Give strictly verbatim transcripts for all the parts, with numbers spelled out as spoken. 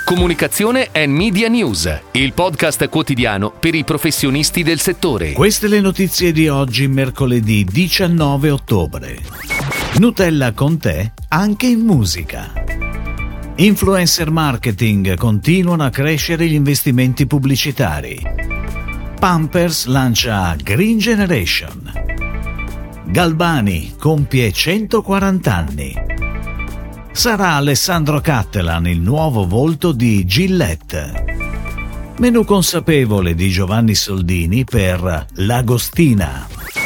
Comunicazione and Media News, il podcast quotidiano per i professionisti del settore. Queste le notizie di oggi, mercoledì diciannove ottobre. Nutella con te anche in musica. Influencer marketing, continuano a crescere gli investimenti pubblicitari. Pampers lancia Green Generation. Galbani compie centoquaranta anni. Sarà Alessandro Cattelan il nuovo volto di Gillette. Menù consapevole di Giovanni Soldini per L'Agostina.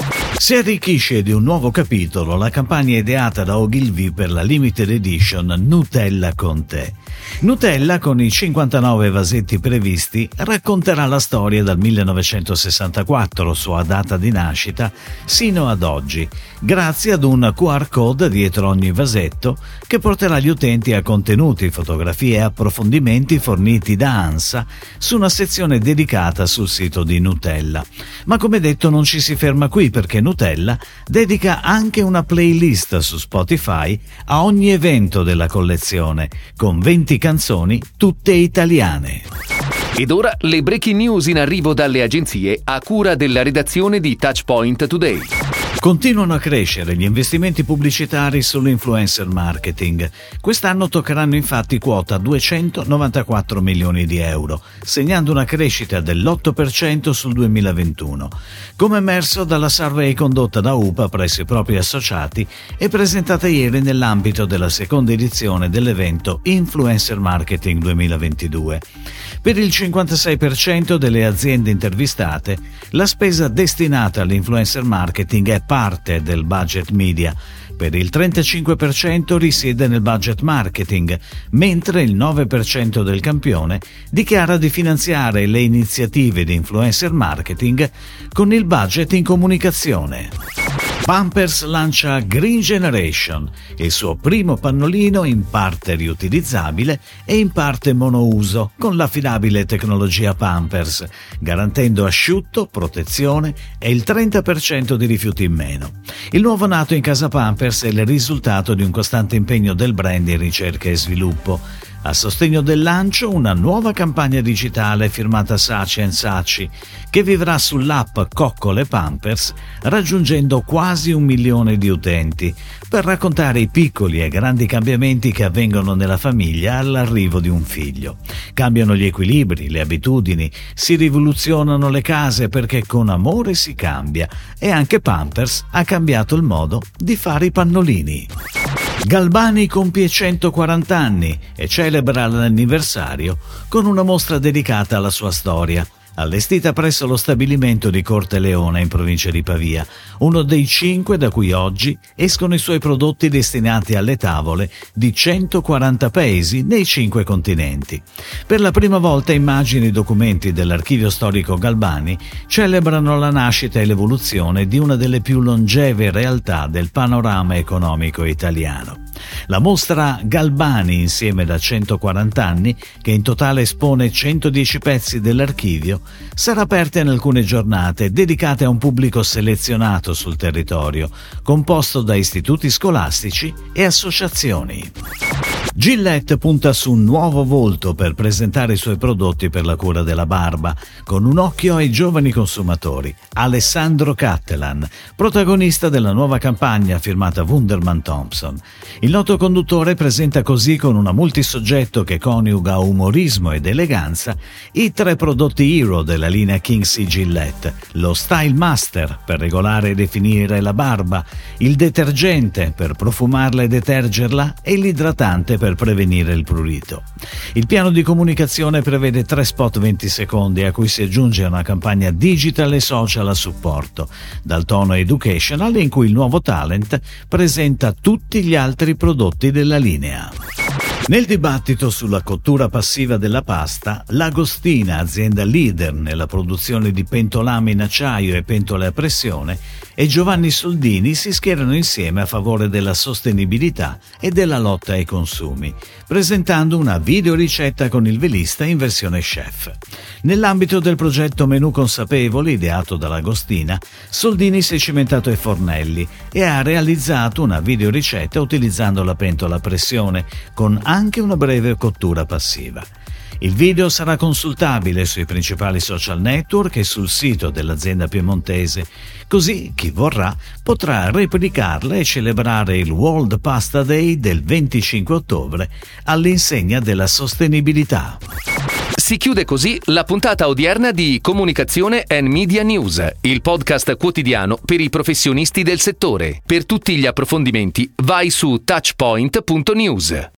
Si arricchisce di un nuovo capitolo la campagna ideata da Ogilvy per la limited edition Nutella con te. Nutella, con i cinquantanove vasetti previsti, racconterà la storia dal millenovecentosessantaquattro, sua data di nascita, sino ad oggi, grazie ad un Q R code dietro ogni vasetto che porterà gli utenti a contenuti, fotografie e approfondimenti forniti da ANSA su una sezione dedicata sul sito di Nutella. Ma come detto non ci si ferma qui, perché Nutella dedica anche una playlist su Spotify a ogni evento della collezione, con venti canzoni tutte italiane. Ed ora le breaking news in arrivo dalle agenzie a cura della redazione di Touchpoint Today. Continuano a crescere gli investimenti pubblicitari sull'influencer marketing. Quest'anno toccheranno infatti quota duecentonovantaquattro milioni di euro, segnando una crescita dell'otto per cento sul duemilaventuno. Come emerso dalla survey condotta da U P A presso i propri associati e presentata ieri nell'ambito della seconda edizione dell'evento Influencer Marketing duemilaventidue. Per il cinquantasei per cento delle aziende intervistate, la spesa destinata all'influencer marketing è parte del budget media. Per il trentacinque per cento risiede nel budget marketing, mentre il nove per cento del campione dichiara di finanziare le iniziative di influencer marketing con il budget in comunicazione. Pampers lancia Green Generation, il suo primo pannolino in parte riutilizzabile e in parte monouso, con l'affidabile tecnologia Pampers, garantendo asciutto, protezione e il trenta per cento di rifiuti in meno. Il nuovo nato in casa Pampers è il risultato di un costante impegno del brand in ricerca e sviluppo. A sostegno del lancio, una nuova campagna digitale firmata Saatchi and Saatchi, che vivrà sull'app Coccole Pampers, raggiungendo quasi un milione di utenti, per raccontare i piccoli e grandi cambiamenti che avvengono nella famiglia all'arrivo di un figlio. Cambiano gli equilibri, le abitudini, si rivoluzionano le case, perché con amore si cambia, e anche Pampers ha cambiato il modo di fare i pannolini. Galbani compie centoquaranta anni e celebra l'anniversario con una mostra dedicata alla sua storia, allestita presso lo stabilimento di Corte Leona in provincia di Pavia, uno dei cinque da cui oggi escono i suoi prodotti destinati alle tavole di centoquaranta paesi nei cinque continenti. Per la prima volta immagini e documenti dell'archivio storico Galbani celebrano la nascita e l'evoluzione di una delle più longeve realtà del panorama economico italiano. La mostra Galbani, insieme da centoquaranta anni, che in totale espone centodieci pezzi dell'archivio, sarà aperta in alcune giornate dedicate a un pubblico selezionato sul territorio, composto da istituti scolastici e associazioni. Gillette punta su un nuovo volto per presentare i suoi prodotti per la cura della barba, con un occhio ai giovani consumatori, Alessandro Cattelan, protagonista della nuova campagna firmata Wunderman Thompson. Il noto conduttore presenta così, con una multisoggetto che coniuga umorismo ed eleganza, i tre prodotti hero della linea King's Gillette: lo Style Master per regolare e definire la barba, il detergente per profumarla e detergerla e l'idratante per prevenire il prurito. Il piano di comunicazione prevede tre spot venti secondi a cui si aggiunge una campagna digital e social a supporto, dal tono educational in cui il nuovo talent presenta tutti gli altri prodotti della linea. Nel dibattito sulla cottura passiva della pasta, L'Agostina, azienda leader nella produzione di pentolame in acciaio e pentole a pressione, e Giovanni Soldini si schierano insieme a favore della sostenibilità e della lotta ai consumi, presentando una videoricetta con il velista in versione chef. Nell'ambito del progetto Menù Consapevoli, ideato dall'Agostina, Soldini si è cimentato ai fornelli e ha realizzato una videoricetta utilizzando la pentola a pressione, con anche una breve cottura passiva. Il video sarà consultabile sui principali social network e sul sito dell'azienda piemontese, così chi vorrà potrà replicarla e celebrare il World Pasta Day del venticinque ottobre all'insegna della sostenibilità. Si chiude così la puntata odierna di Comunicazione and Media News, il podcast quotidiano per i professionisti del settore. Per tutti gli approfondimenti vai su touchpoint punto news.